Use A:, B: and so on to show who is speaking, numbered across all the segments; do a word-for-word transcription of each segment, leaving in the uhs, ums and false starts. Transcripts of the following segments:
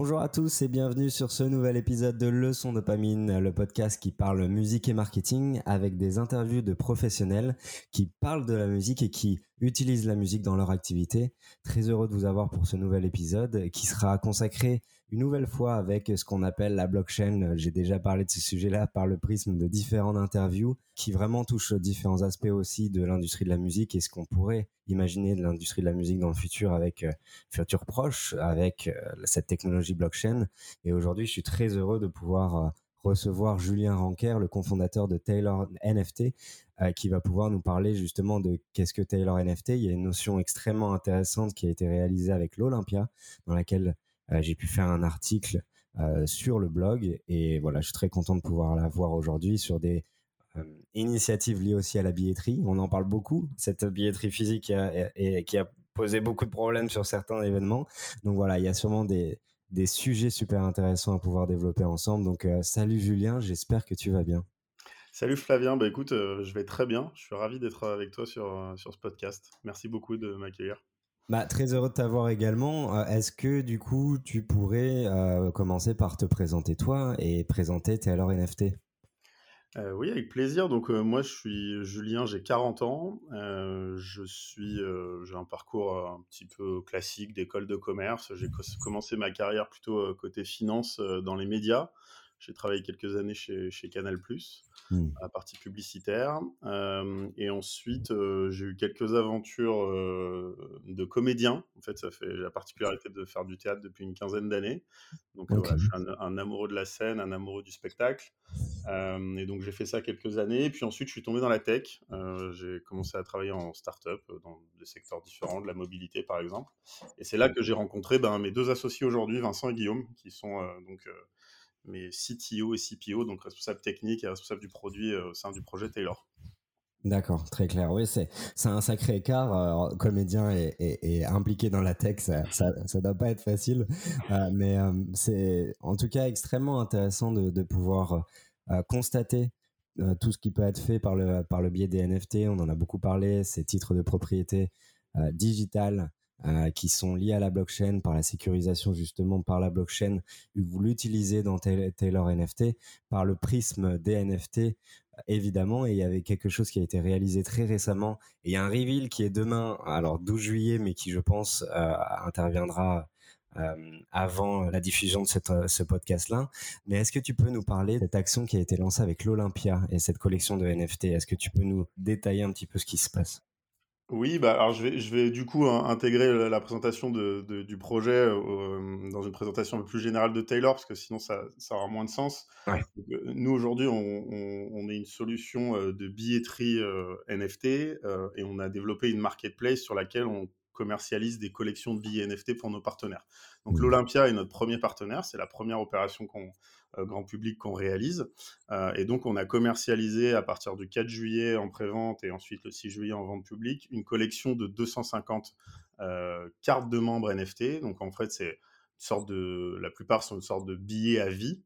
A: Bonjour à tous et bienvenue sur ce nouvel épisode de Leçon Dopamine, le podcast qui parle musique et marketing avec des interviews de professionnels qui parlent de la musique et qui utilisent la musique dans leur activité. Très heureux de vous avoir pour ce nouvel épisode qui sera consacré une nouvelle fois avec ce qu'on appelle la blockchain. J'ai déjà parlé de ce sujet-là par le prisme de différentes interviews qui vraiment touchent différents aspects aussi de l'industrie de la musique et ce qu'on pourrait imaginer de l'industrie de la musique dans le futur avec euh, futur proche, avec euh, cette technologie blockchain. Et aujourd'hui, je suis très heureux de pouvoir euh, recevoir Julien Ranker, le cofondateur de Taylor N F T, euh, qui va pouvoir nous parler justement de qu'est-ce que Taylor N F T. Il y a une notion extrêmement intéressante qui a été réalisée avec l'Olympia, dans laquelle euh, j'ai pu faire un article euh, sur le blog. Et voilà, je suis très content de pouvoir la voir aujourd'hui sur des euh, initiatives liées aussi à la billetterie. On en parle beaucoup, cette billetterie physique qui a, et, qui a posé beaucoup de problèmes sur certains événements. Donc voilà, il y a sûrement des, des sujets super intéressants à pouvoir développer ensemble. Donc euh, salut Julien, j'espère que tu vas bien.
B: Salut Flavien, bah écoute, euh, je vais très bien. Je suis ravi d'être avec toi sur, euh, sur ce podcast. Merci beaucoup de m'accueillir.
A: Bah, très heureux de t'avoir également. Euh, Est-ce que du coup, tu pourrais euh, commencer par te présenter toi et présenter Taylor N F T?
B: Euh, oui, avec plaisir. Donc euh, moi, je suis Julien, j'ai quarante ans. Euh, je suis, euh, j'ai un parcours euh, un petit peu classique d'école de commerce. J'ai co- commencé ma carrière plutôt euh, côté finance euh, dans les médias. J'ai travaillé quelques années chez, chez Canal+,
A: Hmm.
B: à la partie publicitaire. Euh, et ensuite, euh, j'ai eu quelques aventures euh, de comédien. En fait, ça fait j'ai la particularité de faire du théâtre depuis une quinzaine d'années. Donc euh,
A: Ok.
B: voilà, je suis un, un amoureux de la scène, un amoureux du spectacle. Euh, et donc j'ai fait ça quelques années. Et puis ensuite, je suis tombé dans la tech. Euh, j'ai commencé à travailler en start-up euh, dans des secteurs différents, de la mobilité par exemple. Et c'est là que j'ai rencontré ben, mes deux associés aujourd'hui, Vincent et Guillaume, qui sont euh, donc euh, mes C T O et C P O, donc responsable technique et responsable du produit euh, au sein du projet Taylor.
A: D'accord, très clair. Oui, c'est c'est un sacré écart. Euh, comédien et, et, et impliqué dans la tech, ça ça, ça doit pas être facile. Euh, mais euh, c'est en tout cas extrêmement intéressant de, de pouvoir euh, constater euh, tout ce qui peut être fait par le par le biais des N F T. On en a beaucoup parlé. Ces titres de propriété euh, digitales euh, qui sont liés à la blockchain par la sécurisation justement par la blockchain. Vous l'utilisez dans Taylor N F T par le prisme des N F T évidemment, et il y avait quelque chose qui a été réalisé très récemment. Et il y a un reveal qui est demain, alors douze juillet, mais qui, je pense, euh, interviendra euh, avant la diffusion de cette, euh, ce podcast-là. Mais est-ce que tu peux nous parler de cette action qui a été lancée avec l'Olympia et cette collection de N F T? Est-ce que tu peux nous détailler un petit peu ce qui se passe?
B: Oui, bah, alors je vais, je vais du coup hein, intégrer la, la présentation de, de- du projet euh, dans une présentation un peu plus générale de Taylor, parce que sinon ça, ça aura moins de sens.
A: Ouais.
B: Donc, euh, nous, aujourd'hui, on, on- on est une solution euh, de billetterie euh, N F T euh, et on a développé une marketplace sur laquelle on commercialise des collections de billets N F T pour nos partenaires. Donc
A: Mm.
B: l'Olympia est notre premier partenaire, c'est la première opération qu'on, euh, grand public qu'on réalise. Euh, et donc, on a commercialisé à partir du quatre juillet en pré-vente et ensuite le six juillet en vente publique une collection de deux cent cinquante euh, cartes de membres N F T. Donc, en fait, c'est une sorte de, la plupart sont une sorte de billets à vie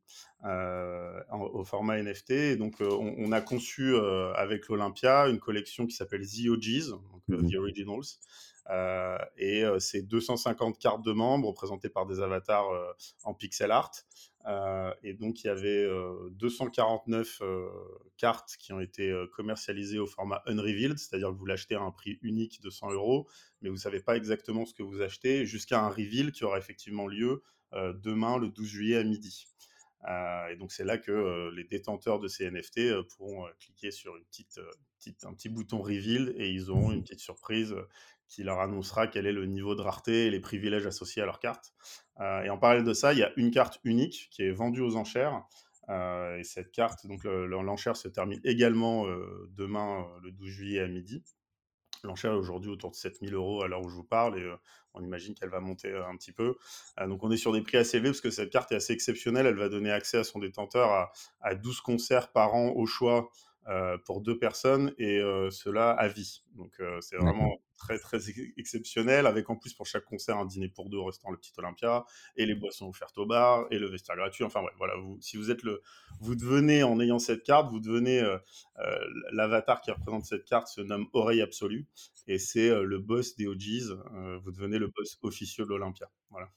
B: euh, en- au format N F T. Et donc, euh, on, on a conçu euh, avec l'Olympia une collection qui s'appelle The O Gs, donc euh,
A: Mhm.
B: The Originals. Euh, et euh, c'est deux cent cinquante cartes de membres représentées par des avatars euh, en pixel art. Euh, et donc, il y avait euh, deux cent quarante-neuf euh, cartes qui ont été euh, commercialisées au format unrevealed, c'est-à-dire que vous l'achetez à un prix unique de cent euros, mais vous ne savez pas exactement ce que vous achetez, jusqu'à un reveal qui aura effectivement lieu euh, demain, le douze juillet à midi. Euh, et donc, c'est là que euh, les détenteurs de ces N F T euh, pourront euh, cliquer sur une petite, euh, petite, un petit bouton reveal et ils auront une petite surprise euh, qui leur annoncera quel est le niveau de rareté et les privilèges associés à leur carte. Euh, et en parallèle de ça, il y a une carte unique qui est vendue aux enchères. Euh, et cette carte, donc le- le- l'enchère se termine également euh, demain, euh, le douze juillet à midi. L'enchère est aujourd'hui autour de sept mille euros à l'heure où je vous parle et euh, on imagine qu'elle va monter euh, un petit peu. Euh, donc on est sur des prix assez élevés parce que cette carte est assez exceptionnelle. Elle va donner accès à son détenteur à, à douze concerts par an au choix euh, pour deux personnes et euh, cela à vie. Donc euh, c'est vraiment
A: D'accord.
B: très très ex- exceptionnel avec en plus pour chaque concert un dîner pour deux au restaurant Le Petit Olympia et les boissons offertes au bar et le vestiaire gratuit. Enfin ouais, voilà, vous, si vous êtes le, vous devenez en ayant cette carte, vous devenez euh, euh, l'avatar qui représente cette carte se nomme Oreille Absolue et c'est euh, le boss des O Gs. Euh, vous devenez le boss officieux de l'Olympia. Voilà.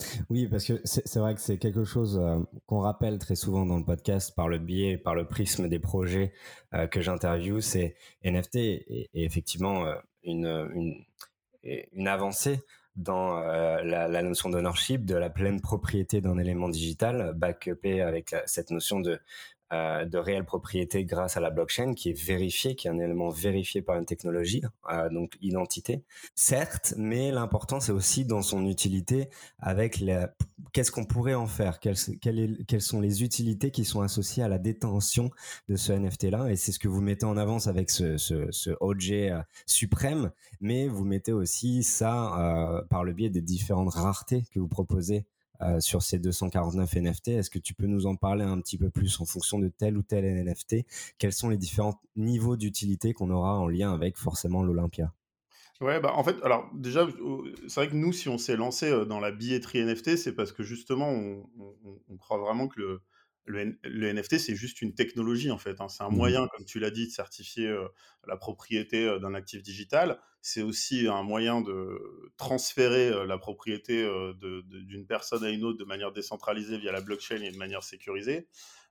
A: Oui, parce que c'est c'est vrai que c'est quelque chose euh, qu'on rappelle très souvent dans le podcast par le biais, par le prisme des projets euh, que j'interviewe, c'est N F T et, et effectivement euh, une, une, une avancée dans euh, la, la notion d'ownership, de la pleine propriété d'un élément digital, backupé avec la- cette notion de euh, de réelle propriété grâce à la blockchain qui est vérifiée, qui est un élément vérifié par une technologie, euh, donc identité, certes, mais l'important c'est aussi dans son utilité avec la, qu'est-ce qu'on pourrait en faire, quelles, quelles, est, quelles sont les utilités qui sont associées à la détention de ce N F T-là, et c'est ce que vous mettez en avance avec ce, ce, ce objet euh, suprême, mais vous mettez aussi ça euh, par le biais des différentes raretés que vous proposez euh, sur ces deux cent quarante-neuf N F T. Est-ce que tu peux nous en parler un petit peu plus en fonction de tel ou tel N F T? Quels sont les différents niveaux d'utilité qu'on aura en lien avec forcément l'Olympia?
B: Ouais, bah, en fait, alors déjà, au c'est vrai que nous, si on s'est lancé, heu, dans la billetterie N F T, c'est parce que justement, on on on on croit vraiment que le le N le N F T, c'est juste une technologie, en fait, hein. C'est un
A: Mhm.
B: moyen, comme tu l'as dit, de certifier, heu, la propriété, heu, d'un actif digital. C'est aussi un moyen de transférer, heu, la propriété, heu, de de d'une personne à une autre de manière décentralisée via la blockchain et de manière sécurisée.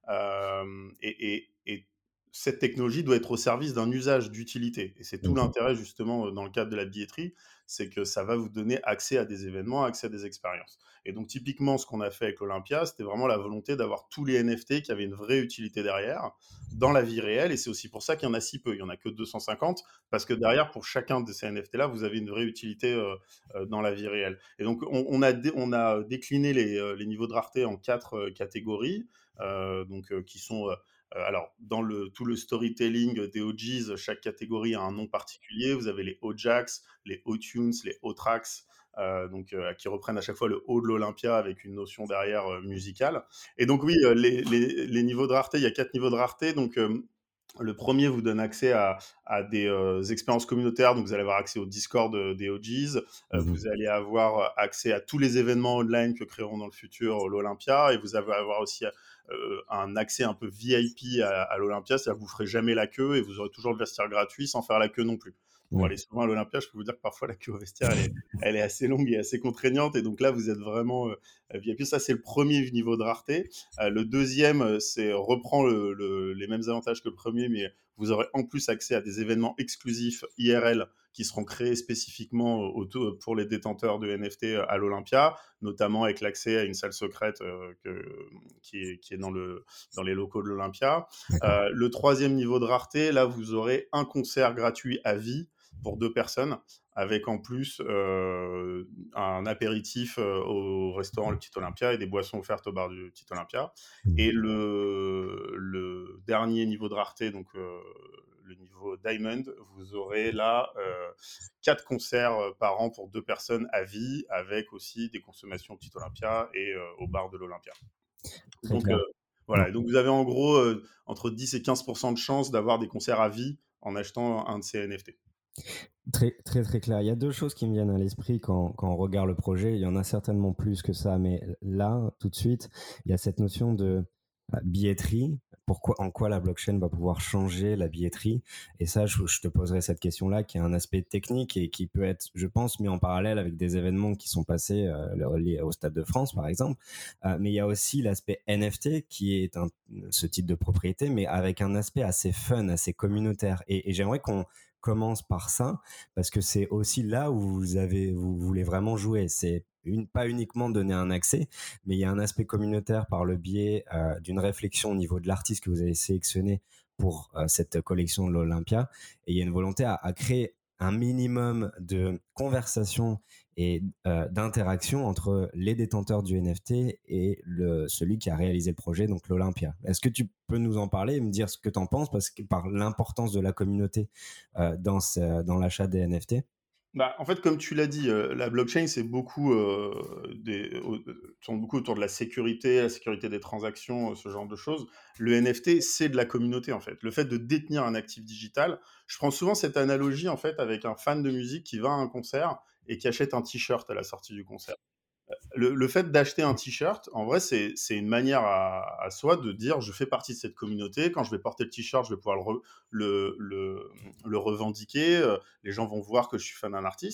B: Hem et et et cette technologie doit être au service d'un usage d'utilité et c'est tout
A: Ok.
B: l'intérêt justement, heu, dans le cadre de la billetterie, c'est que ça va vous donner accès à des événements, accès à des expériences et donc typiquement ce qu'on a fait avec l'Olympia, c'était vraiment la volonté d'avoir tous les N F T qui avaient une vraie utilité derrière, dans la vie réelle et c'est aussi pour ça qu'il y en a si peu. Il y en a que deux cent cinquante parce que derrière pour chacun de ces N F T là, vous avez une vraie utilité, heu heu, dans la vie réelle et donc on on a dé on a décliné les, heu, les niveaux de rareté en quatre heu, catégories, heu, donc heu, qui sont, heu euh, alors, dans le, tout le storytelling des O Gs, chaque catégorie a un nom particulier. Vous avez les O-Jacks, les O-Tunes, les O-Tracks, euh, donc, euh, qui reprennent à chaque fois le haut de l'Olympia avec une notion derrière euh, musicale. Et donc, oui, euh, les, les, les, niveaux de rareté, il y a quatre niveaux de rareté. Donc, euh, le premier vous donne accès à, à des euh, expériences communautaires, donc vous allez avoir accès au Discord euh, des O Gs, euh,
A: Mhm.
B: vous allez avoir accès à tous les événements online que créeront dans le futur l'Olympia, et vous allez avoir aussi euh, un accès un peu V I P à, à l'Olympia, c'est-à-dire que vous ferez jamais la queue et vous aurez toujours le vestiaire gratuit sans faire la queue non plus. Pour
A: Ouais.
B: aller souvent à l'Olympia, je peux vous dire que parfois la queue au vestiaire, elle est, elle est assez longue et assez contraignante, et donc là, vous êtes vraiment euh, V I P. Ça, c'est le premier niveau de rareté. Euh, le deuxième, euh, c'est reprend le, le, les mêmes avantages que le premier, mais vous aurez en plus accès à des événements exclusifs I R L qui seront créés spécifiquement auto, pour les détenteurs de N F T à l'Olympia, notamment avec l'accès à une salle secrète euh, que, qui, est, qui est dans, le, dans les locaux de l'Olympia.
A: D'accord.
B: Euh, le troisième niveau de rareté, là, vous aurez un concert gratuit à vie pour deux personnes, avec en plus euh, un apéritif euh, au restaurant Le Petit Olympia et des boissons offertes au bar du Petit Olympia.
A: Mhm.
B: Et le, le dernier niveau de rareté, donc euh, le niveau Diamond, vous aurez là euh, quatre concerts euh, par an pour deux personnes à vie, avec aussi des consommations au Petit Olympia et euh, au bar de l'Olympia.
A: Très
B: Donc, euh,
A: clair. Ouais.
B: voilà. Et donc, vous avez en gros euh, entre dix et quinze pour cent de chances d'avoir des concerts à vie en achetant un de ces N F T.
A: Très, très, très clair. Il y a deux choses qui me viennent à l'esprit quand, quand on regarde le projet. Il y en a certainement plus que ça, mais là, tout de suite, il y a cette notion de euh, billetterie. Pourquoi, en quoi la blockchain va pouvoir changer la billetterie? Et ça, je, je te poserai cette question-là, qui est un aspect technique et qui peut être, je pense, mis en parallèle avec des événements qui sont passés euh, liés au Stade de France, par exemple. Euh, mais il y a aussi l'aspect N F T, qui est un, ce type de propriété, mais avec un aspect assez fun, assez communautaire. Et, et j'aimerais qu'on commence par ça parce que c'est aussi là où vous avez, vous voulez vraiment jouer. C'est une, pas uniquement donner un accès, mais il y a un aspect communautaire par le biais euh, d'une réflexion au niveau de l'artiste que vous avez sélectionné pour euh, cette collection de l'Olympia. Et il y a une volonté à, à créer un minimum de conversation et euh, d'interaction entre les détenteurs du N F T et le, celui qui a réalisé le projet, donc l'Olympia. Est-ce que tu peux nous en parler et me dire ce que tu en penses, parce que par l'importance de la communauté euh, dans, ce, dans l'achat des N F T?
B: Bah, en fait, comme tu l'as dit, euh, la blockchain, c'est beaucoup, euh, des, au- tourne beaucoup autour de la sécurité, la sécurité des transactions, euh, ce genre de choses. Le N F T, c'est de la communauté, en fait. Le fait de détenir un actif digital, je prends souvent cette analogie, en fait, avec un fan de musique qui va à un concert et qui achète un t-shirt à la sortie du concert. Le, le fait d'acheter un t-shirt, en vrai, c'est c'est une manière à, à soi de dire je fais partie de cette communauté. Quand je vais porter le t-shirt, je vais pouvoir le, re- le, le, le revendiquer. euh, Les gens vont voir que je suis fan d'un artiste.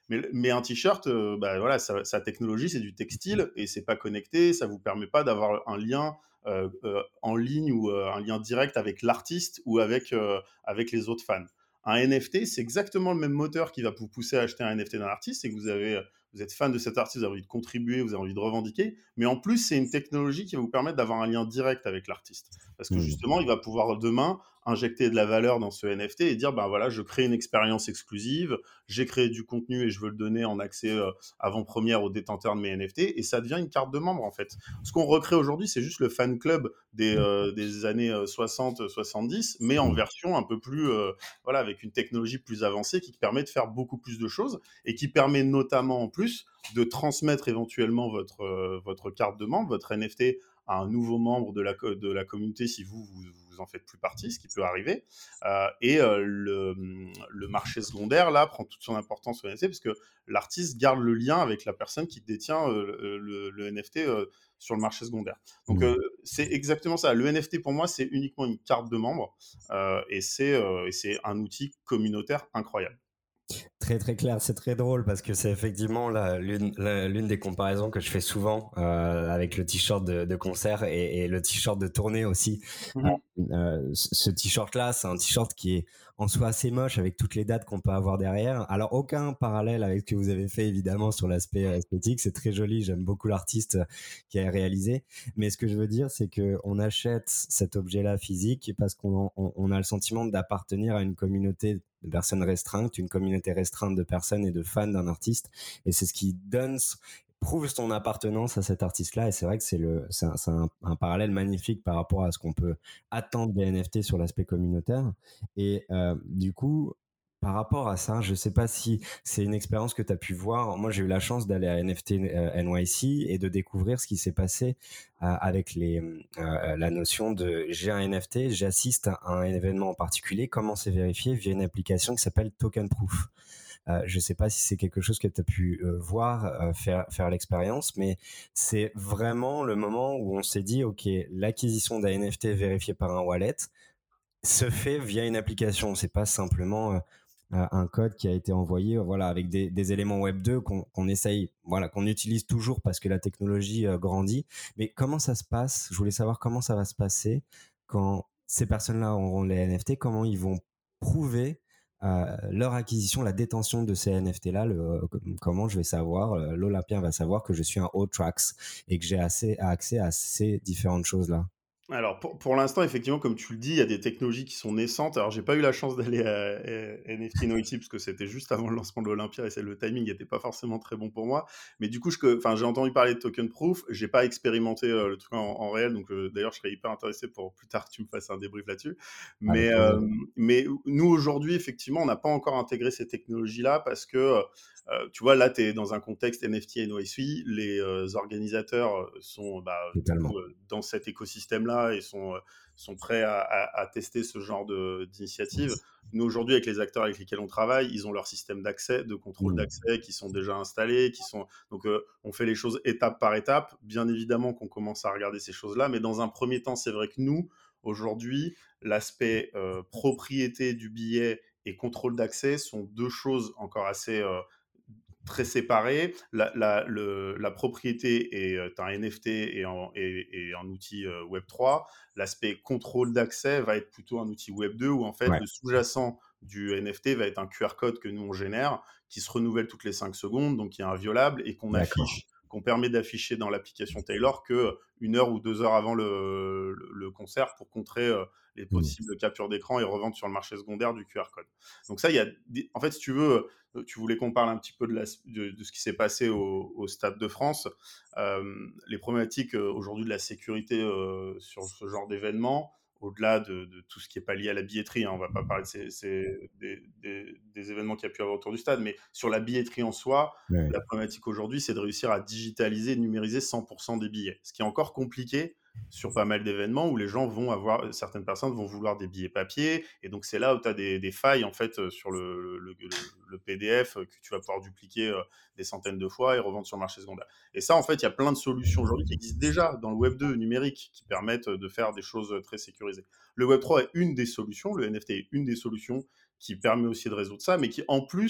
B: Mais, mais un t-shirt, euh, bah, voilà, sa, sa technologie, c'est du textile et c'est pas connecté. Ça vous permet pas d'avoir un lien euh, euh, en ligne ou euh, un lien direct avec l'artiste ou avec, euh, avec les autres fans. Un N F T, c'est exactement le même moteur qui va vous pousser à acheter un N F T d'un artiste. C'est que vous avez, vous êtes fan de cet artiste, vous avez envie de contribuer, vous avez envie de revendiquer. Mais en plus, c'est une technologie qui va vous permettre d'avoir un lien direct avec l'artiste. Parce que
A: Mmh.
B: justement, il va pouvoir demain injecter de la valeur dans ce N F T et dire, ben voilà, je crée une expérience exclusive, j'ai créé du contenu et je veux le donner en accès euh, avant-première aux détenteurs de mes N F T, et ça devient une carte de membre en fait. Ce qu'on recrée aujourd'hui, c'est juste le fan club des, euh, des années soixante soixante-dix, mais en
A: Mmh.
B: version un peu plus, euh, voilà, avec une technologie plus avancée qui permet de faire beaucoup plus de choses et qui permet notamment en plus de transmettre éventuellement votre, euh, votre carte de membre, votre N F T à un nouveau membre de la, de la communauté si vous, vous, vous en faites plus partie, ce qui peut arriver. Euh, et euh, le, le marché secondaire, là, prend toute son importance au N F T parce que l'artiste garde le lien avec la personne qui détient euh, le, le N F T euh, sur le marché secondaire. Donc,
A: Mmh.
B: euh, c'est exactement ça. Le N F T, pour moi, c'est uniquement une carte de membre euh, et c'est euh, un outil communautaire incroyable.
A: Très très clair, c'est très drôle parce que c'est effectivement la- l'une la- l'une des comparaisons que je fais souvent euh, avec le t-shirt de, de concert et, et le t-shirt de tournée aussi. Euh,
B: Mhm.
A: euh, ce ce t-shirt-là, c'est un t-shirt qui est en soi assez moche avec toutes les dates qu'on peut avoir derrière. Alors aucun parallèle avec ce que vous avez fait évidemment sur l'aspect euh, esthétique, c'est très joli, j'aime beaucoup l'artiste qui a réalisé. Mais ce que je veux dire, c'est que on achète cet objet-là physique parce qu'on on, on a le sentiment d'appartenir à une communauté de personnes restreintes, une communauté restreinte de personnes et de fans d'un artiste. Et c'est ce qui donne, prouve son appartenance à cet artiste-là. Et c'est vrai que c'est le, c'est un, c'est un, un parallèle magnifique par rapport à ce qu'on peut attendre des N F T sur l'aspect communautaire. Et euh, du coup, par rapport à ça, je sais pas si c'est une expérience que tu as pu voir. Moi, j'ai eu la chance d'aller à N F T euh, N Y C et de découvrir ce qui s'est passé euh, avec les, euh, la notion de j'ai un N F T, j'assiste à un événement en particulier. Comment c'est vérifié via une application qui s'appelle Token Proof. Euh, je ne sais pas si c'est quelque chose que tu as pu euh, voir, euh, faire, faire l'expérience, mais c'est vraiment le moment où on s'est dit, OK, l'acquisition d'un N F T vérifié par un wallet se fait via une application. C'est pas simplement euh, un code qui a été envoyé, voilà, avec des, des éléments Web deux qu'on qu'on essaye, voilà, qu'on utilise toujours parce que la technologie euh, grandit. Mais comment ça se passe? Je voulais savoir comment ça va se passer quand ces personnes-là auront les N F T, comment ils vont prouver euh, leur acquisition, la détention de ces N F T-là, le, comment je vais savoir, euh, l'Olympien va savoir que je suis un O-Trax et que j'ai assez, accès à ces différentes choses-là.
B: Alors pour, pour l'instant, effectivement, comme tu le dis, il y a des technologies qui sont naissantes. Alors j'ai pas eu la chance d'aller à, à N F T Noisy parce que c'était juste avant le lancement de l'Olympia et c'est- le timing n'était pas forcément très bon pour moi. Mais du coup, je, enfin, j'ai entendu parler de Token Proof. J'ai pas expérimenté euh, le truc en, en réel, donc euh, d'ailleurs, je serais hyper intéressé pour plus tard que tu me fasses un débrief là-dessus.
A: Avec
B: Mais,
A: plaisir.
B: euh, mais nous aujourd'hui, effectivement, on n'a pas encore intégré ces technologies-là parce que euh, tu vois, là, tu es dans un contexte N F T et N Y C. Les euh, organisateurs sont bah, du
A: Totalement.
B: coup euh, dans cet écosystème-là et sont, euh, sont prêts à, à- à tester ce genre de- d'initiative. Nous, aujourd'hui, avec les acteurs avec lesquels on travaille, ils ont leur système d'accès, de contrôle
A: Mm.
B: d'accès qui sont déjà installés. Qui sont... Donc, euh, on fait les choses étape par étape. Bien évidemment qu'on commence à regarder ces choses-là, mais dans un premier temps, c'est vrai que nous, aujourd'hui, l'aspect euh, propriété du billet et contrôle d'accès sont deux choses encore assez euh, très séparés. La, la, le, la propriété est euh, un N F T et, en, et, et un outil euh, Web trois. L'aspect contrôle d'accès va être plutôt un outil Web deux où en fait
A: Ouais,
B: le sous-jacent du N F T va être un Q R code que nous on génère, qui se renouvelle toutes les cinq secondes, donc qui est inviolable et qu'on
A: d'accord.
B: affiche, qu'on permet d'afficher dans l'application Taylor que une heure ou deux heures avant le, le, le concert pour contrer euh, les
A: Mm.
B: possibles captures d'écran et revendre sur le marché secondaire du Q R code. Donc ça, il y a, des... en fait, si tu veux, tu voulais qu'on parle un petit peu de, la, de, de ce qui s'est passé au, au, Stade de France. Euh, les problématiques euh, aujourd'hui de la sécurité euh, sur ce genre d'événement, au-delà de, de, tout ce qui n'est pas lié à la billetterie, hein, on ne va pas parler de ces, ces, des, des, des, événements qu'il y a pu avoir autour du stade, mais sur la billetterie en soi,
A: Ouais.
B: la problématique aujourd'hui, c'est de réussir à digitaliser, numériser cent pour cent des billets, ce qui est encore compliqué sur pas mal d'événements où les gens vont avoir, certaines personnes vont vouloir des billets papier, et donc c'est là où tu as des, des failles en fait sur le, le, le, le P D F que tu vas pouvoir dupliquer euh, des centaines de fois et revendre sur le marché secondaire. Et ça, en fait, il y a plein de solutions aujourd'hui qui existent déjà dans le Web deux numérique qui permettent de faire des choses très sécurisées. Le Web trois est une des solutions, le N F T est une des solutions qui permet aussi de résoudre ça, mais qui en plus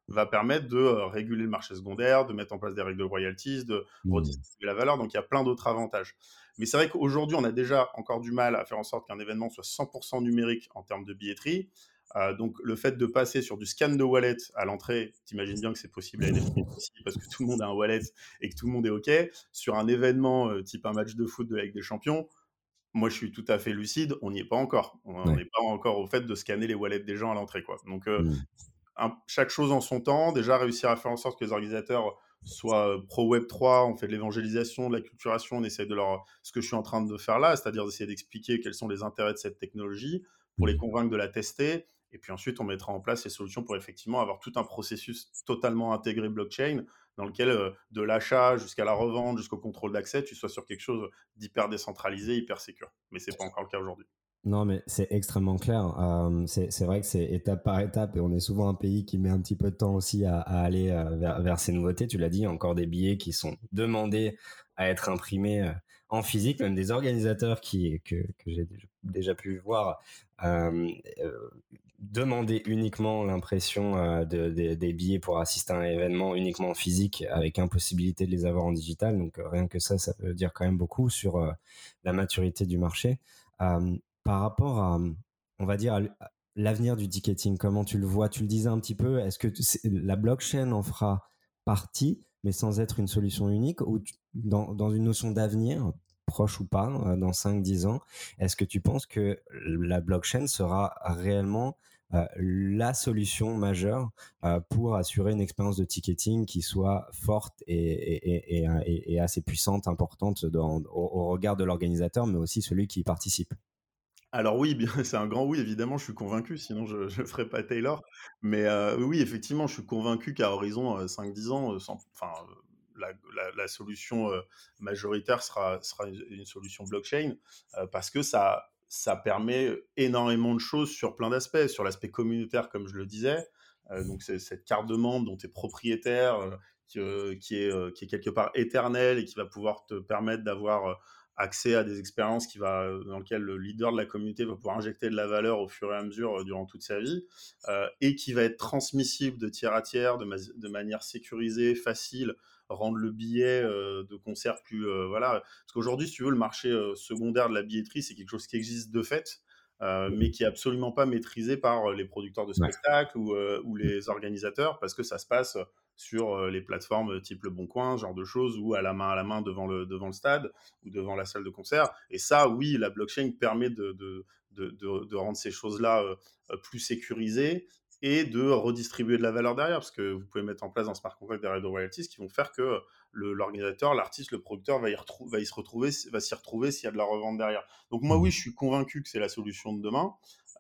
B: va permettre de euh, réguler le marché secondaire, de mettre en place des règles de royalties, de
A: Hmm.
B: redistribuer la valeur. Donc, il y a plein d'autres avantages. Mais c'est vrai qu'aujourd'hui, on a déjà encore du mal à faire en sorte qu'un événement soit cent pour cent numérique en termes de billetterie. Euh, donc, le fait de passer sur du scan de wallet à l'entrée, t'imagines bien que c'est possible à N F T aussi, parce que tout le monde a un wallet et que tout le monde est OK. Sur un événement euh, type un match de foot de la Ligue des Champions, moi, je suis tout à fait lucide, on n'y est pas encore. On
A: Ouais.
B: n'est pas encore au fait de scanner les wallets des gens à l'entrée, quoi. Donc, euh,
A: Hmm.
B: un- chaque chose en son temps. Déjà, réussir à faire en sorte que les organisateurs soient euh, pro Web trois, on fait de l'évangélisation, de la culturation, on essaie de leur... Ce que je suis en train de faire là, c'est-à-dire d'essayer d'expliquer quels sont les intérêts de cette technologie, pour les
A: Hmm.
B: convaincre de la tester. Et puis ensuite, on mettra en place les solutions pour effectivement avoir tout un processus totalement intégré blockchain, dans lequel, euh, de l'achat jusqu'à la revente, jusqu'au contrôle d'accès, tu sois sur quelque chose d'hyper décentralisé, hyper sécure. Mais c'est pas encore le cas aujourd'hui.
A: Non, mais c'est extrêmement clair. Euh, c'est c'est vrai que c'est étape par étape et on est souvent un pays qui met un petit peu de temps aussi à, à aller euh, vers, vers ces nouveautés. Tu l'as dit, encore des billets qui sont demandés à être imprimés euh, en physique, même des organisateurs qui, que, que j'ai déjà déjà pu voir euh, euh, demander uniquement l'impression euh, de, de- des billets pour assister à un événement uniquement en physique avec impossibilité de les avoir en digital. Donc euh, rien que ça, ça veut dire quand même beaucoup sur euh, la maturité du marché. Euh, Par rapport à, on va dire, à l- à l'avenir du ticketing, comment tu le vois? Tu le disais un petit peu, est-ce que tu- c'est- la blockchain en fera partie, mais sans être une solution unique, ou tu- dans, dans une notion d'avenir, proche ou pas, euh, dans cinq dix ans, est-ce que tu penses que la blockchain sera réellement euh, la solution majeure euh, pour assurer une expérience de ticketing qui soit forte et, et, et, et- et assez puissante, importante dans- au, au regard de l'organisateur, mais aussi celui qui y participe?
B: Alors oui, bien, c'est un grand oui, évidemment, je suis convaincu, sinon je ne ferais pas Taylor. Mais euh, oui, oui, effectivement, je suis convaincu qu'à horizon euh, cinq dix ans, euh, sans- enfin, euh, la, la- la solution euh, majoritaire sera, sera une, une solution blockchain, euh, parce que ça, ça permet énormément de choses sur plein d'aspects. Sur l'aspect communautaire, comme je le disais, euh, donc c'est cette carte de membre dont tu es propriétaire, euh, qui, euh, qui est, euh, qui est quelque part éternelle et qui va pouvoir te permettre d'avoir euh, accès à des expériences qui va, dans lesquelles le leader de la communauté va pouvoir injecter de la valeur au fur et à mesure euh, durant toute sa vie, euh, et qui va être transmissible de tiers à tiers de, ma- de manière sécurisée, facile, rendre le billet euh, de concert plus... euh, voilà. Parce qu'aujourd'hui, si tu veux, le marché euh, secondaire de la billetterie, c'est quelque chose qui existe de fait, euh, mais qui est absolument pas maîtrisé par euh, les producteurs de
A: Ouais.
B: spectacles ou, euh, ou les organisateurs, parce que ça se passe sur euh, les plateformes type Le Bon Coin, ce genre de choses, ou à la main à la main devant le, devant le stade ou devant la salle de concert. Et ça, oui, la blockchain permet de, de, de, de, de rendre ces choses-là euh, plus sécurisées et de redistribuer de la valeur derrière, parce que vous pouvez mettre en place dans Smart Contract des règles de royalties qui vont faire que le, l'organisateur, l'artiste, le producteur va y, retrou- va y se retrouver, va s'y retrouver s'il y a de la revente derrière. Donc moi, oui, je suis convaincu que c'est la solution de demain.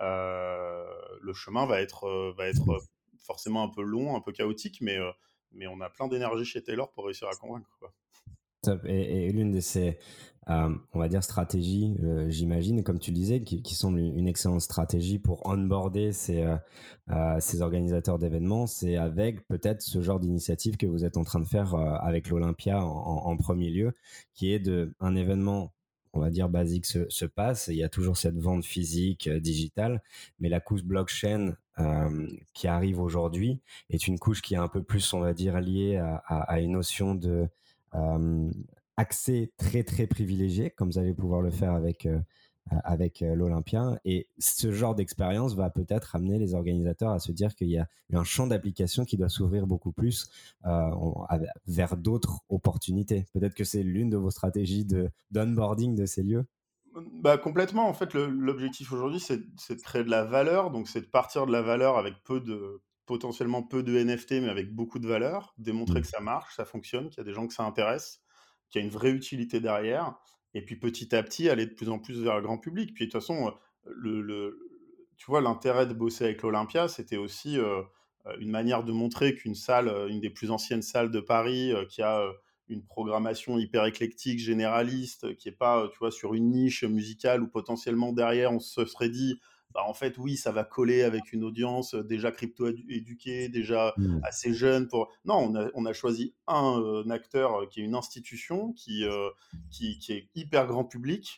B: Euh, le chemin va être, euh, va être forcément un peu long, un peu chaotique, mais, euh, mais on a plein d'énergie chez Taylor pour réussir à convaincre, quoi.
A: Top. Et, et l'une de ces, euh, on va dire, stratégies, euh, j'imagine, comme tu disais, qui, qui semble une une excellente stratégie pour onboarder ces, euh, euh, ces organisateurs d'événements, c'est avec peut-être ce genre d'initiative que vous êtes en train de faire euh, avec l'Olympia en, en- en premier lieu, qui est de un événement, on va dire, basique se, se passe. Il y a toujours cette vente physique, euh, digitale, mais la couche blockchain euh, qui arrive aujourd'hui est une couche qui est un peu plus, on va dire, liée à, à, à une notion de euh, accès très très privilégié, comme vous allez pouvoir le faire avec, euh, avec euh, l'Olympia. Et ce genre d'expérience va peut-être amener les organisateurs à se dire qu'il y a un champ d'application qui doit s'ouvrir beaucoup plus euh, on- à- vers d'autres opportunités. Peut-être que c'est l'une de vos stratégies de, d'onboarding de ces lieux.
B: Bah, complètement. En fait, le- l'objectif aujourd'hui, c'est c'est de créer de la valeur. Donc, c'est de partir de la valeur avec peu de, potentiellement peu de N F T, mais avec beaucoup de valeur. Démontrer
A: Mm.
B: que ça marche, ça fonctionne, qu'il y a des gens que ça intéresse, qu'il y a une vraie utilité derrière. Et puis, petit à petit, aller de plus en plus vers le grand public. Puis, de toute façon, euh, le, le- tu vois, l'intérêt de bosser avec l'Olympia, c'était aussi euh, euh, une manière de montrer qu'une salle, euh, une des plus anciennes salles de Paris, euh, qui a euh, une programmation hyper éclectique, généraliste, qui est pas, tu vois, sur une niche musicale où potentiellement derrière on se serait dit, bah en fait oui, ça va coller avec une audience déjà crypto-éduquée, déjà
A: Mm.
B: assez jeune. Pour non, on a, on a choisi un, euh, un acteur qui est une institution qui, euh, qui, qui est hyper grand public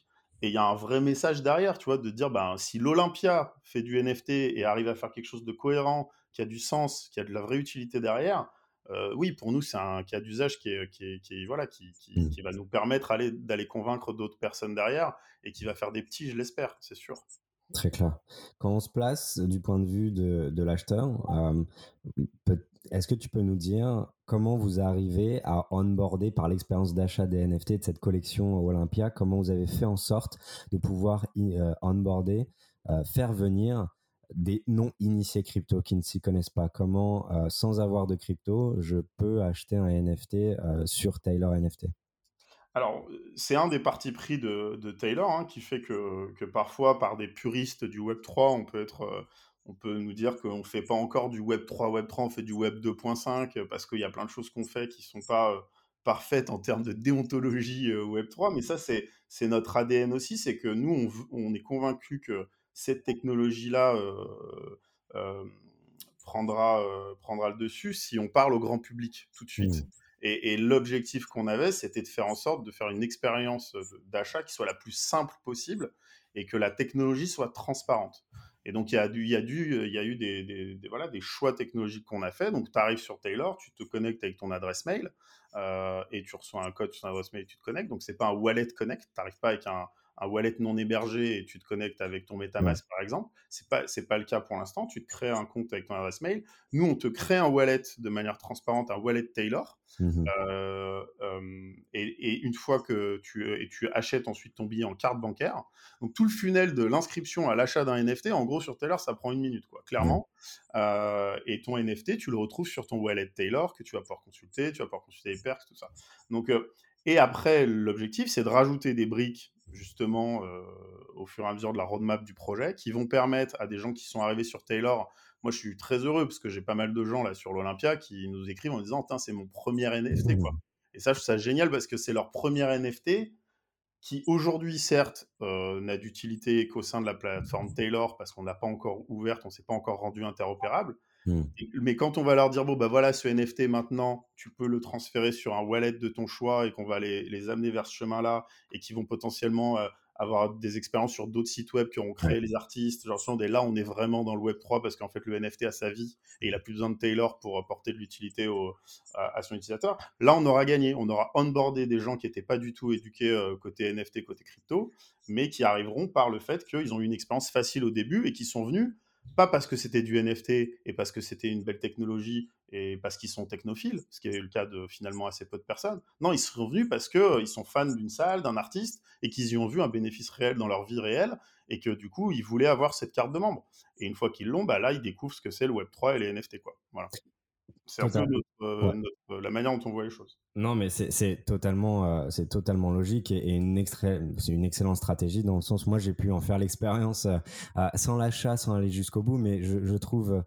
B: Et il y a un vrai message derrière, tu vois, de dire, ben, si l'Olympia fait du N F T et arrive à faire quelque chose de cohérent, qui a du sens, qui a de la vraie utilité derrière, heu, oui, pour nous, c'est un cas d'usage qui est qui est qui est voilà, qui qui
A: Mmh.
B: qui va nous permettre aller d'aller convaincre d'autres personnes derrière et qui va faire des petits, je l'espère, c'est sûr.
A: Très clair. Quand on se place du point de vue de, de l'acheteur, euh, peut- est-ce que tu peux nous dire comment vous arrivez à onboarder par l'expérience d'achat des N F T de cette collection Olympia, comment vous avez fait en sorte de pouvoir y- euh, onboarder, euh, faire venir des non-initiés crypto qui ne s'y connaissent pas. Comment, euh, sans avoir de crypto, je peux acheter un N F T euh, sur Taylor N F T?
B: Alors, heu, c'est un des partis pris de de Taylor, hein, qui fait que que parfois, par des puristes du web trois, on peut être, heu, on peut nous dire qu'on ne fait pas encore du web trois. Web trois, on fait du web deux point cinq, heu, parce qu'il y a plein de choses qu'on fait qui sont pas, heu, parfaites en termes de déontologie, heu, web trois. Mais ça, c'est c'est notre A D N aussi, c'est que nous, on v on est convaincus que cette technologie-là, heu, hem, prendra, heu, prendra le dessus si on parle au grand public tout de
A: Hmm.
B: suite. Et, et l'objectif qu'on avait, c'était de faire en sorte de faire une expérience d'achat qui soit la plus simple possible et que la technologie soit transparente. Et donc, il y a, du, il y a, du, il y a eu des, des, des, voilà, des choix technologiques qu'on a fait. Donc, tu arrives sur Taylor, tu te connectes avec ton adresse mail euh, et tu reçois un code sur ton adresse mail et tu te connectes. Donc, ce n'est pas un wallet connect. Tu n'arrives pas avec un, un wallet non hébergé et tu te connectes avec ton
A: Ouais.
B: MetaMask, par exemple. Ce n'est pas, c'est pas le cas pour l'instant. Tu te crées un compte avec ton adresse mail. Nous, on te crée un wallet de manière transparente, un wallet Taylor.
A: Mhm.
B: Euh, euh, et, et, une fois que tu, et tu achètes ensuite ton billet en carte bancaire, donc tout le funnel de l'inscription à l'achat d'un N F T, en gros sur Taylor, ça prend une minute, quoi,
A: Ouais.
B: clairement. Euh, et ton N F T, tu le retrouves sur ton wallet Taylor que tu vas pouvoir consulter, tu vas pouvoir consulter les perks, tout ça. Donc, euh, et après, l'objectif, c'est de rajouter des briques justement euh, au fur et à mesure de la roadmap du projet qui vont permettre à des gens qui sont arrivés sur Taylor. Moi, je suis très heureux parce que j'ai pas mal de gens là sur l'Olympia qui nous écrivent en disant c'est mon premier N F T, quoi.
A: Mhm.
B: Et ça, je trouve ça génial parce que c'est leur premier N F T qui aujourd'hui, certes, euh, n'a d'utilité qu'au sein de la plateforme Taylor parce qu'on n'a pas encore ouverte, on ne s'est pas encore rendu interopérable.
A: Mhm.
B: Mais quand on va leur dire, bon, bah voilà, ce N F T maintenant, tu peux le transférer sur un wallet de ton choix et qu'on va les, les amener vers ce chemin-là et qui vont potentiellement euh, avoir des expériences sur d'autres sites web qui auront
A: Ouais.
B: créé les artistes. Genre, et là, on est vraiment dans le web trois parce qu'en fait, le N F T a sa vie et il a plus besoin de Taylor pour apporter de l'utilité au, à, à, son utilisateur. Là, on aura gagné. On aura onboardé des gens qui n'étaient pas du tout éduqués euh, côté N F T, côté crypto, mais qui arriveront par le fait qu'ils ont eu une expérience facile au début et qui sont venus pas parce que c'était du N F T et parce que c'était une belle technologie et parce qu'ils sont technophiles, ce qui est le cas de finalement assez peu de personnes. Non, ils sont venus parce qu'ils euh, sont fans d'une salle, d'un artiste et qu'ils y ont vu un bénéfice réel dans leur vie réelle et que du coup, ils voulaient avoir cette carte de membre. Et une fois qu'ils l'ont, bah là, ils découvrent ce que c'est le web trois et les N F T, quoi. Voilà. C'est un peu
A: Total.
B: notre, euh,
A: Ouais.
B: notre- la manière dont on voit les choses.
A: Non, mais c'est c'est totalement, euh, c'est totalement logique et, et une, extra- c'est une excellente stratégie dans le sens où moi j'ai pu en faire l'expérience euh, euh, sans l'achat, sans aller jusqu'au bout, mais je, je trouve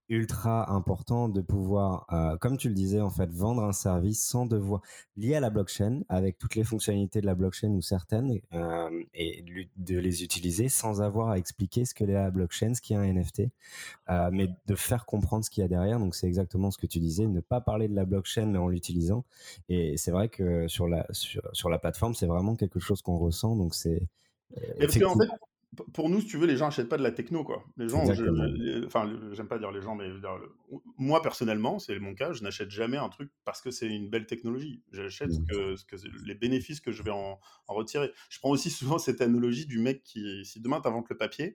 A: ultra important de pouvoir, euh, comme tu le disais, en fait, vendre un service sans devoir, lié à la blockchain, avec toutes les fonctionnalités de la blockchain ou certaines, euh, et de les utiliser sans avoir à expliquer ce que est la blockchain, ce qu'est un N F T, euh, mais de faire comprendre ce qu'il y a derrière. Donc c'est exactement ce que tu disais, ne pas parler de la blockchain mais en l'utilisant. Et c'est vrai que sur la sur, sur la plateforme, c'est vraiment quelque chose qu'on ressent. Donc c'est euh,
B: Mais parce qu'en fait,
A: effectivement
B: p- pour nous, si tu veux, les gens n'achètent pas de la techno, quoi. Les gens, je-
A: exactement.
B: je- enfin, le- j'aime pas dire les gens, mais je veux dire, le- moi personnellement, c'est mon cas, je n'achète jamais un truc parce que c'est une belle technologie. J'achète ce
A: Mm.
B: que, ce que les bénéfices que je vais en, en retirer. Je prends aussi souvent cette analogie du mec qui, si demain tu inventes le papier,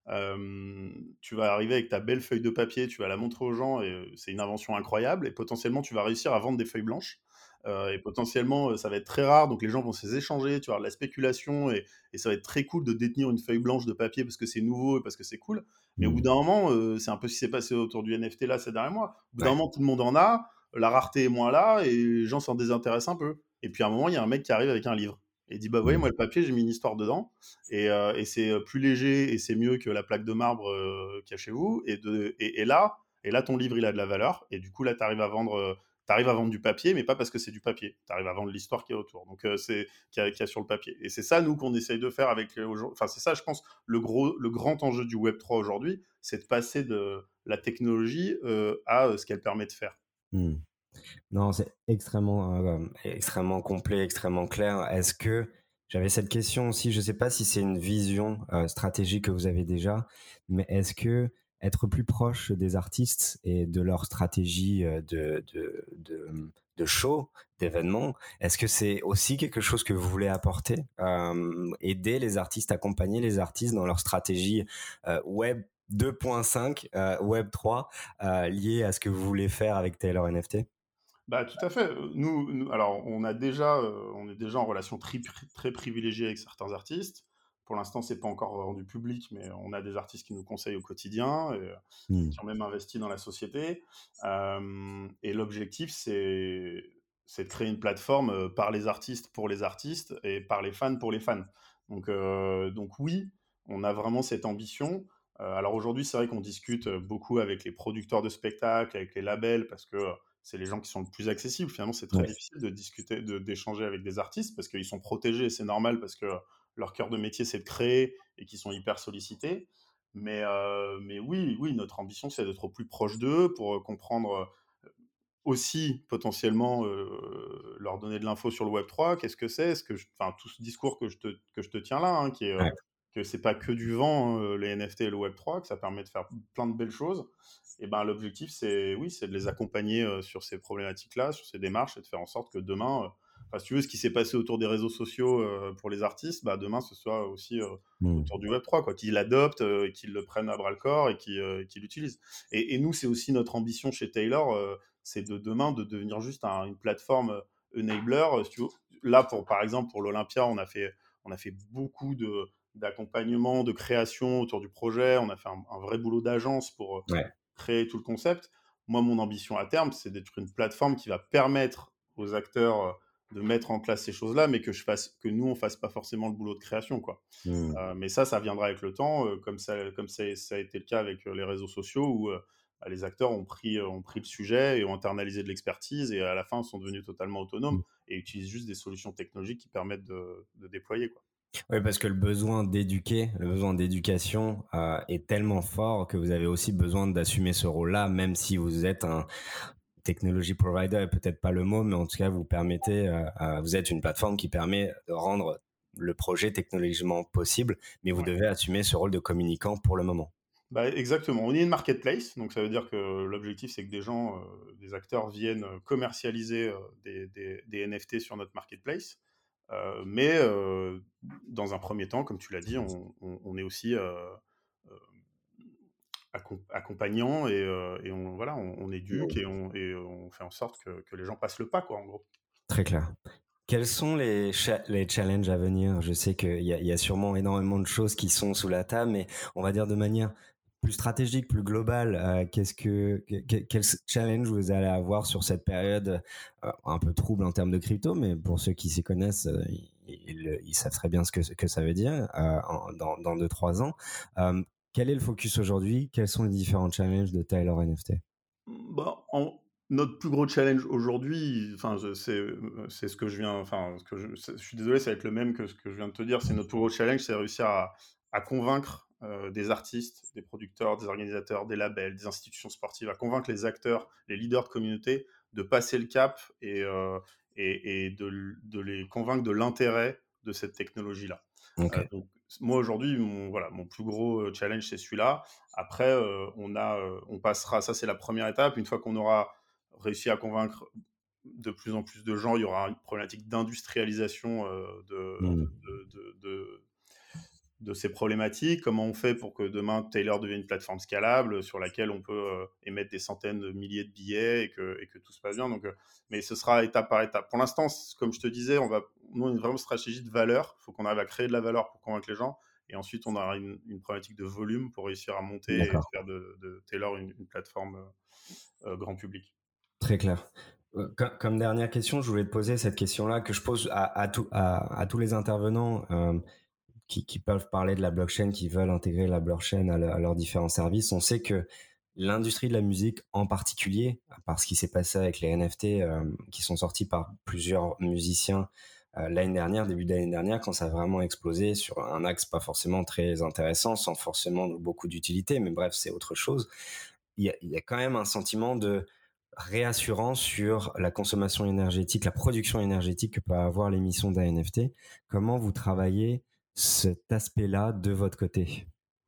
B: euh, tu vas arriver avec ta belle feuille de papier, tu vas la montrer aux gens et euh, c'est une invention incroyable et potentiellement tu vas réussir à vendre des feuilles blanches. Euh, et potentiellement, euh, ça va être très rare, donc les gens vont se les échanger, tu vas avoir de la spéculation, et, et ça va être très cool de détenir une feuille blanche de papier parce que c'est nouveau et parce que c'est cool. Mais au bout
A: Mm.
B: d'un moment, euh, c'est un peu ce qui s'est passé autour du N F T là ces derniers mois. Au bout d'un
A: Ouais.
B: moment, tout le monde en a, la rareté est moins là et les gens s'en désintéressent un peu. Et puis à un moment, il y a un mec qui arrive avec un livre et dit bah vous voyez,
A: Mm.
B: moi le papier, j'ai mis une histoire dedans et, euh, et c'est plus léger et c'est mieux que la plaque de marbre euh, qu'il y a chez vous. Et, de, et, et là, et là, ton livre, il a de la valeur. Et du coup, là, tu arrives à vendre, euh, t'arrives à vendre du papier, mais pas parce que c'est du papier. Tu arrives à vendre l'histoire qui est autour. Donc, euh, c'est qu'il y, a, qu'il y a sur le papier. Et c'est ça, nous, qu'on essaye de faire avec les aujourd'hui. Enfin, c'est ça, je pense, le, gros, le grand enjeu du web trois aujourd'hui, c'est de passer de la technologie euh, à euh, ce qu'elle permet de faire.
A: Mm. Non, c'est extrêmement, euh, extrêmement complet, extrêmement clair. Est-ce que J'avais cette question aussi, je ne sais pas si c'est une vision euh, stratégique que vous avez déjà, mais est-ce que être plus proche des artistes et de leur stratégie euh, de, de, de, de show, d'événements, est-ce que c'est aussi quelque chose que vous voulez apporter, euh, aider les artistes, accompagner les artistes dans leur stratégie euh, web deux point cinq, euh, web trois, euh, liée à ce que vous voulez faire avec Taylor N F T?
B: Bah, tout à fait. Euh, Nous, nous- alors, on a déjà, euh, on est déjà en relation très, pri- très privilégiée avec certains artistes. Pour l'instant, c'est pas encore rendu public, mais on a des artistes qui nous conseillent au quotidien et, euh, et
A: Hmm.
B: qui ont même investi dans la société. Euh, et l'objectif, c'est, c'est de créer une plateforme euh, par les artistes pour les artistes et par les fans pour les fans. Donc, euh, donc oui, on a vraiment cette ambition. Euh, alors aujourd'hui, c'est vrai qu'on discute euh, beaucoup avec les producteurs de spectacles, avec les labels, parce que c'est les gens qui sont le plus accessibles. Finalement, c'est très
A: Ouais.
B: difficile de discuter, de, d'échanger avec des artistes parce qu'ils sont protégés, et c'est normal parce que leur cœur de métier, c'est de créer et qu'ils sont hyper sollicités. Mais, euh, mais oui, oui, notre ambition, c'est d'être au plus proche d'eux pour euh, comprendre euh, aussi potentiellement euh, leur donner de l'info sur le web trois. Qu'est-ce que c'est? Est-ce que je- enfin, tout ce discours que je te, que je te tiens là, hein, qui est euh,
A: Ouais.
B: que c'est pas que du vent, hein, les N F T et le web trois, que ça permet de faire plein de belles choses. Et ben l'objectif, c'est oui, c'est de les accompagner euh, sur ces problématiques-là, sur ces démarches, et de faire en sorte que demain, euh, enfin, si tu veux, ce qui s'est passé autour des réseaux sociaux euh, pour les artistes, bah, demain, ce soit aussi euh,
A: Hmm.
B: autour du web trois, quoi, qu'ils l'adoptent, euh, qu'ils le prennent à bras le corps et qu'ils euh, qu'ils l'utilisent. Et, et nous, c'est aussi notre ambition chez Taylor. Euh, c'est de demain de devenir juste un- une plateforme euh, enabler. euh, si tu veux. Là, pour, par exemple, pour l'Olympia, on a fait, on a fait beaucoup de, d'accompagnement, de création autour du projet. On a fait un, un vrai boulot d'agence pour euh,
A: Ouais.
B: créer tout le concept. Moi, mon ambition à terme, c'est d'être une plateforme qui va permettre aux acteurs euh, de mettre en place ces choses-là, mais que je fasse, que nous, on fasse pas forcément le boulot de création, quoi.
A: Hmm.
B: Euh, mais ça, ça viendra avec le temps, euh, comme ça, comme ça, ça a été le cas avec euh, les réseaux sociaux où euh, bah, les acteurs ont pris, euh, ont pris le sujet et ont internalisé de l'expertise et à la fin sont devenus totalement autonomes et utilisent juste des solutions technologiques qui permettent de, de déployer, quoi.
A: Oui, parce que le besoin d'éduquer, le besoin d'éducation euh, est tellement fort que vous avez aussi besoin d'assumer ce rôle-là, même si vous êtes un technology provider, et peut-être pas le mot, mais en tout cas, vous permettez, euh, euh, vous êtes une plateforme qui permet de rendre le projet technologiquement possible, mais vous
B: Ouais.
A: devez assumer ce rôle de communicant pour le moment.
B: Bah, exactement. On est une marketplace, donc ça veut dire que l'objectif, c'est que des gens, euh, des acteurs viennent commercialiser euh, des, des- des N F T sur notre marketplace. Euh, mais euh, dans un premier temps, comme tu l'as dit, on, on- on est aussi euh, euh, accom- accompagnant et, euh, et on, voilà, on, on éduque et on, et on fait en sorte que, que les gens passent le pas, quoi, en gros.
A: Très clair. Quels sont les, cha- les challenges à venir? Je sais qu'il y a, il y a sûrement énormément de choses qui sont sous la table, mais on va dire de manière plus stratégique, plus globale, euh, qu'est-ce que, que- que- quel challenge vous allez avoir sur cette période euh, un peu trouble en termes de crypto, mais pour ceux qui s'y connaissent, euh, ils, ils- ils savent très bien ce que, que ça veut dire euh, en- dans, dans deux trois ans. Euh, quel est le focus aujourd'hui? Quels sont les différents challenges de Taylor N F T?
B: Bah, en- notre plus gros challenge aujourd'hui, enfin, je- c'est euh, c'est ce que je viens, enfin, ce que je, c'est- je suis désolé, ça va être le même que ce que je viens de te dire. C'est notre plus gros challenge, c'est réussir à, à convaincre euh, des artistes, des producteurs, des organisateurs, des labels, des institutions sportives, à convaincre les acteurs, les leaders de communauté de passer le cap et, euh, et, et de, l- de les convaincre de l'intérêt de cette technologie-là.
A: Ok.
B: Euh, donc, moi aujourd'hui, mon, voilà, mon plus gros euh, challenge, c'est celui-là. Après, euh, on a, euh, on passera, ça c'est la première étape. Une fois qu'on aura réussi à convaincre de plus en plus de gens, il y aura une problématique d'industrialisation euh, de,
A: Hmm.
B: de, de, de, de ces problématiques. Comment on fait pour que demain Taylor devienne une plateforme scalable sur laquelle on peut euh, émettre des centaines de milliers de billets et que, et que tout se passe bien. Donc, euh, mais ce sera étape par étape. Pour l'instant, comme je te disais, on va, nous, on a une vraie stratégie de valeur. Il faut qu'on arrive à créer de la valeur pour convaincre les gens. Et ensuite, on aura une, une problématique de volume pour réussir à monter et
A: D'accord.
B: faire de, de Taylor une, une plateforme euh, euh, grand public.
A: Très clair. Euh, co- Comme dernière question, je voulais te poser cette question-là que je pose à, à, tout- à, à tous les intervenants euh, qui, qui peuvent parler de la blockchain, qui veulent intégrer la blockchain à, le- à leurs différents services. On sait que l'industrie de la musique en particulier, par ce qui s'est passé avec les N F T euh, qui sont sortis par plusieurs musiciens euh, l'année dernière, début d'année dernière, quand ça a vraiment explosé sur un axe pas forcément très intéressant, sans forcément beaucoup d'utilité, mais bref, c'est autre chose. Il y a, il y a quand même un sentiment de réassurant sur la consommation énergétique, la production énergétique que peut avoir l'émission d'un N F T. Comment vous travaillez cet aspect-là de votre côté?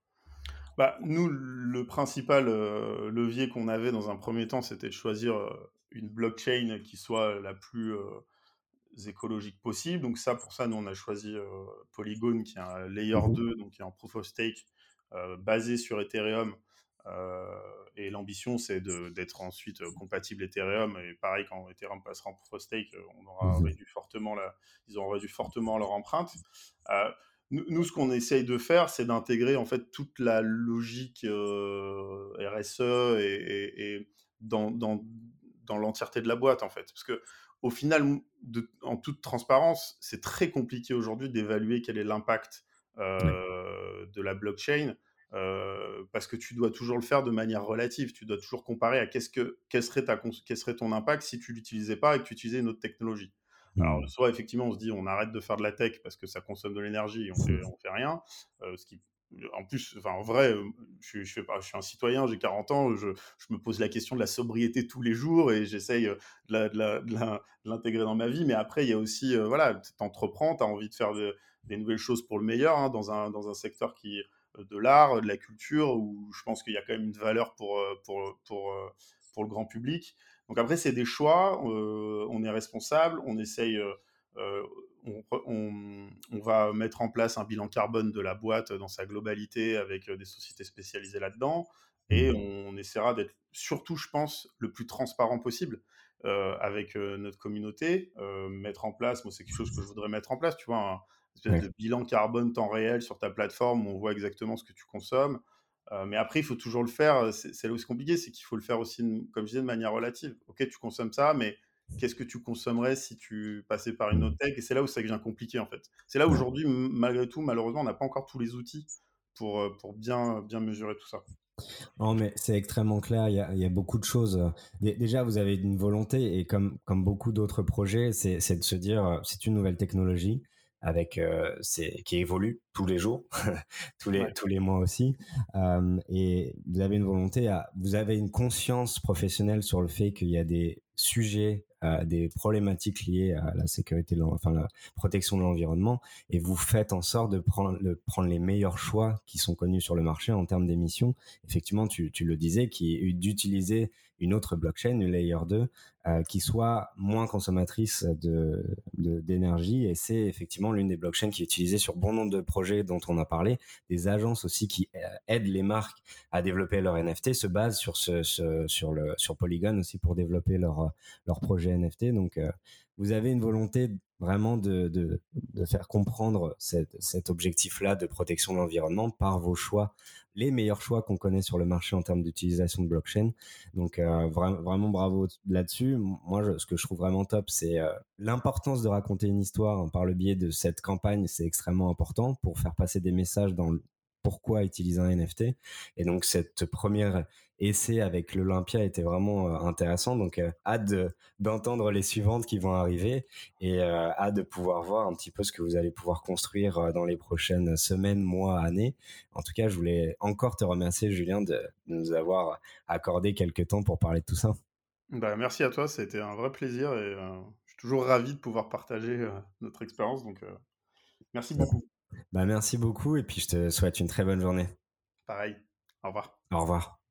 B: Bah, nous, le principal euh, levier qu'on avait dans un premier temps, c'était de choisir euh, une blockchain qui soit la plus euh, écologique possible. Donc ça, pour ça, nous, on a choisi euh, Polygon, qui est un layer
A: Mmh.
B: deux, donc qui est en proof of stake, euh, basé sur Ethereum. Euh, et l'ambition, c'est de- d'être ensuite euh, compatible Ethereum. Et pareil, quand Ethereum passera en proof of stake, euh, on aura
A: Mmh.
B: réduit fortement la, ils auront réduit fortement leur empreinte. Euh, nous, nous, ce qu'on essaye de faire, c'est d'intégrer en fait toute la logique euh, R S E et, et- et dans, dans, dans l'entièreté de la boîte, en fait. Parce que au final, de, en toute transparence, c'est très compliqué aujourd'hui d'évaluer quel est l'impact
A: Ouais.
B: euh, de la blockchain, euh, parce que tu dois toujours le faire de manière relative. Tu dois toujours comparer à qu'est-ce que, quel serait, ta, quel serait ton impact si tu l'utilisais pas et que tu utilisais une autre technologie. Alors,
A: Mmh.
B: soit effectivement, on se dit on arrête de faire de la tech parce que ça consomme de l'énergie et on fait, on fait rien. Euh, ce qui, en plus, enfin, en vrai, euh, je, je, fais pas, je suis un citoyen, j'ai quarante ans, je, je me pose la question de la sobriété tous les jours et j'essaye de, la, de, la, de, la, de l'intégrer dans ma vie. Mais après, il y a aussi, euh, voilà, tu entreprends, tu as envie de faire de, des nouvelles choses pour le meilleur hein, dans, un, dans un secteur qui de l'art, de la culture, où je pense qu'il y a quand même une valeur pour, pour, pour, pour le grand public. Donc après, c'est des choix, euh, on est responsable, on essaye, euh, euh, on, on, on, va mettre en place un bilan carbone de la boîte dans sa globalité avec des sociétés spécialisées là-dedans, et
A: Mmh.
B: on, on essaiera d'être surtout, je pense, le plus transparent possible euh, avec euh, notre communauté, euh, mettre en place, moi c'est quelque chose que je voudrais mettre en place, tu vois, un espèce
A: Ouais.
B: de bilan carbone temps réel sur ta plateforme où on voit exactement ce que tu consommes. Euh, mais après, il faut toujours le faire. C'est, c'est là où c'est compliqué, c'est qu'il faut le faire aussi, comme je disais, de manière relative. Ok, tu consommes ça, mais qu'est-ce que tu consommerais si tu passais par une autre
A: Mmh.
B: tech? Et c'est là où ça devient compliqué, en fait. C'est là où
A: Ouais.
B: aujourd'hui, malgré tout, malheureusement, on n'a pas encore tous les outils pour, euh, pour bien, bien mesurer tout ça.
A: Non, mais c'est extrêmement clair. Il y a, il y a beaucoup de choses. Dé- Déjà, vous avez une volonté, et comme, comme beaucoup d'autres projets, c'est, c'est de se dire, euh, c'est une nouvelle technologie avec, euh, c'est, qui évolue tous les jours, tous les,
B: Ouais.
A: tous les mois aussi. Euh, et vous avez une volonté, à, vous avez une conscience professionnelle sur le fait qu'il y a des sujets, euh, des problématiques liées à la sécurité, de l'en- enfin la protection de l'environnement, et vous faites en sorte de prendre, de prendre les meilleurs choix qui sont connus sur le marché en termes d'émissions. Effectivement, tu, tu le disais, qui est d'utiliser une autre blockchain, une layer deux, euh, qui soit moins consommatrice de, de, d'énergie. Et c'est effectivement l'une des blockchains qui est utilisée sur bon nombre de projets dont on a parlé. Des agences aussi qui euh, aident les marques à développer leur N F T se basent sur, ce, ce, sur, le, sur Polygon aussi pour développer leur, leur projet N F T. Donc, euh, vous avez une volonté vraiment de, de, de faire comprendre cette, cet objectif-là de protection de l'environnement par vos choix, les meilleurs choix qu'on connaît sur le marché en termes d'utilisation de blockchain. Donc euh, vra- vraiment bravo là-dessus. Moi, je, ce que je trouve vraiment top, c'est euh, l'importance de raconter une histoire hein, par le biais de cette campagne. C'est extrêmement important pour faire passer des messages dans le pourquoi utiliser un N F T. Et donc cette première essai avec l'Olympia était vraiment euh, intéressant. Donc euh, hâte de, d'entendre les suivantes qui vont arriver, et euh, hâte de pouvoir voir un petit peu ce que vous allez pouvoir construire euh, dans les prochaines semaines, mois, années. En tout cas, je voulais encore te remercier, Julien, de, de nous avoir accordé quelques temps pour parler de tout ça.
B: Bah, merci à toi, c'était un vrai plaisir et euh, je suis toujours ravi de pouvoir partager euh, notre expérience. Donc, euh, merci beaucoup.
A: Bah, merci beaucoup, et puis je te souhaite une très bonne journée.
B: Pareil. Au revoir.
A: Au revoir.